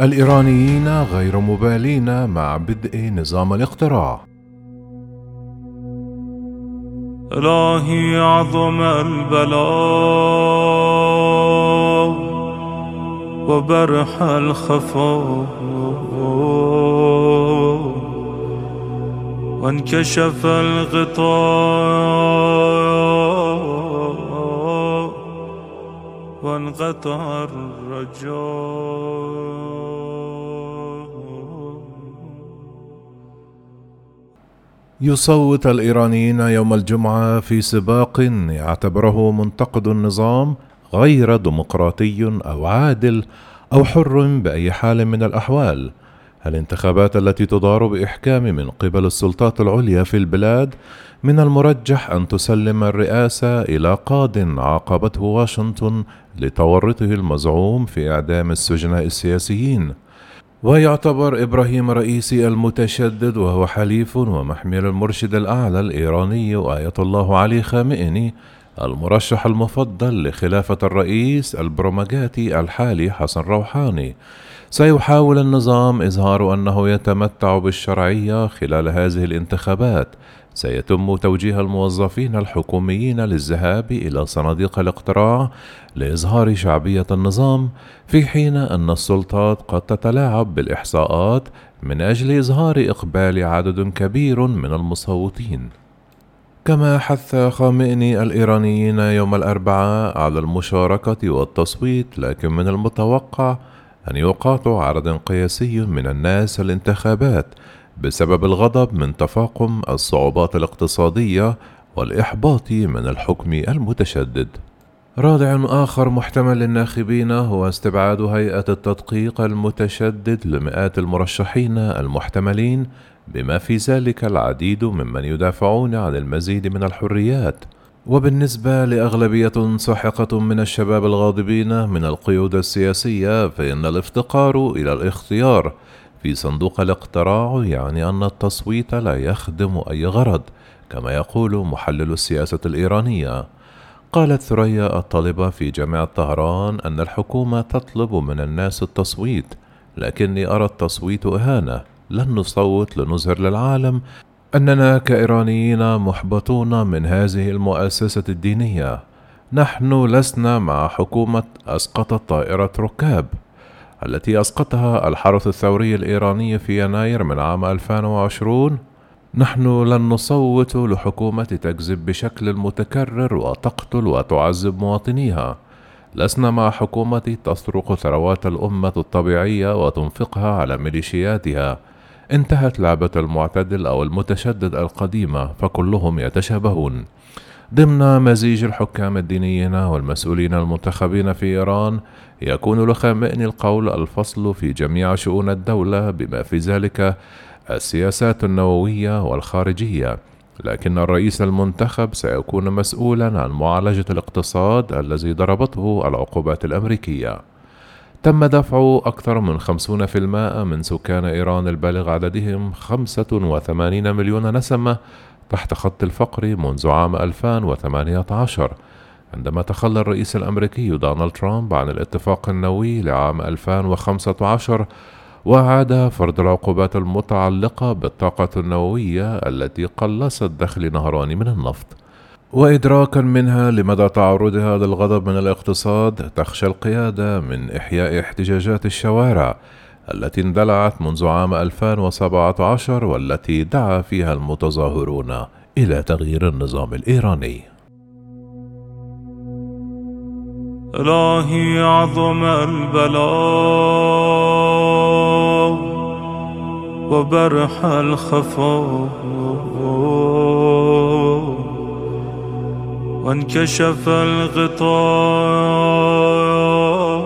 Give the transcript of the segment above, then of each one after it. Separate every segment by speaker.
Speaker 1: الإيرانيين غير مبالين مع بدء نظام الاقتراع.
Speaker 2: إلهي عظم البلاء وبرح الخفاء وانكشف الغطاء وانقطع الرجاء.
Speaker 1: يصوت الإيرانيين يوم الجمعة في سباق يعتبره منتقد النظام غير ديمقراطي أو عادل أو حر بأي حال من الأحوال. الانتخابات التي تدار بإحكام من قبل السلطات العليا في البلاد من المرجح أن تسلم الرئاسة إلى قاض عاقبته واشنطن لتورطه المزعوم في إعدام السجناء السياسيين. ويعتبر إبراهيم رئيسي المتشدد وهو حليف ومحمل المرشد الأعلى الإيراني آية الله علي خامنئي المرشح المفضل لخلافة الرئيس البرمجاتي الحالي حسن روحاني. سيحاول النظام إظهار أنه يتمتع بالشرعية خلال هذه الانتخابات. سيتم توجيه الموظفين الحكوميين للذهاب إلى صناديق الاقتراع لإظهار شعبية النظام، في حين أن السلطات قد تتلاعب بالإحصاءات من أجل إظهار إقبال عدد كبير من المصوتين. كما حث خامنئي الإيرانيين يوم الأربعاء على المشاركة والتصويت، لكن من المتوقع أن يقاطع عدد قياسي من الناس الانتخابات بسبب الغضب من تفاقم الصعوبات الاقتصادية والإحباط من الحكم المتشدد. رادع آخر محتمل للناخبين هو استبعاد هيئة التدقيق المتشدد لمئات المرشحين المحتملين، بما في ذلك العديد ممن يدافعون عن المزيد من الحريات. وبالنسبة لأغلبية ساحقة من الشباب الغاضبين من القيود السياسية، فإن الافتقار إلى الاختيار في صندوق الاقتراع يعني أن التصويت لا يخدم أي غرض، كما يقول محلل السياسة الإيرانية. قالت ثريا الطالبة في جامعة طهران أن الحكومة تطلب من الناس التصويت، لكني أرى التصويت إهانة. لن نصوت لنظهر للعالم أننا كإيرانيين محبطون من هذه المؤسسة الدينية. نحن لسنا مع حكومة أسقطت طائرة ركاب التي أسقطها الحرس الثوري الإيراني في يناير من عام 2020. نحن لن نصوت لحكومة تكذب بشكل متكرر وتقتل وتعذب مواطنيها. لسنا مع حكومة تسرق ثروات الأمة الطبيعية وتنفقها على ميليشياتها. انتهت لعبة المعتدل أو المتشدد القديمة، فكلهم يتشابهون. ضمن مزيج الحكام الدينيين والمسؤولين المنتخبين في إيران، يكون لخامنئي القول الفصل في جميع شؤون الدولة بما في ذلك السياسات النووية والخارجية، لكن الرئيس المنتخب سيكون مسؤولا عن معالجة الاقتصاد الذي ضربته العقوبات الأمريكية. تم دفع أكثر من 50% من سكان إيران البالغ عددهم 85 مليون نسمة تحت خط الفقر منذ عام 2018، عندما تخلى الرئيس الأمريكي دونالد ترامب عن الاتفاق النووي لعام 2015 وأعاد فرض العقوبات المتعلقة بالطاقة النووية التي قلصت دخل نهران من النفط. وإدراكا منها لمدى تعرضها للغضب من الاقتصاد، تخشى القيادة من إحياء احتجاجات الشوارع التي اندلعت منذ عام 2017 والتي دعا فيها المتظاهرون إلى تغيير النظام الإيراني.
Speaker 2: إلهي عظم البلاء وبرح الخفاء وانكشف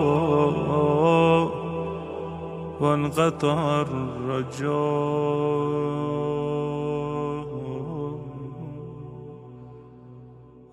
Speaker 2: الغطاء وانقطع الرجاء.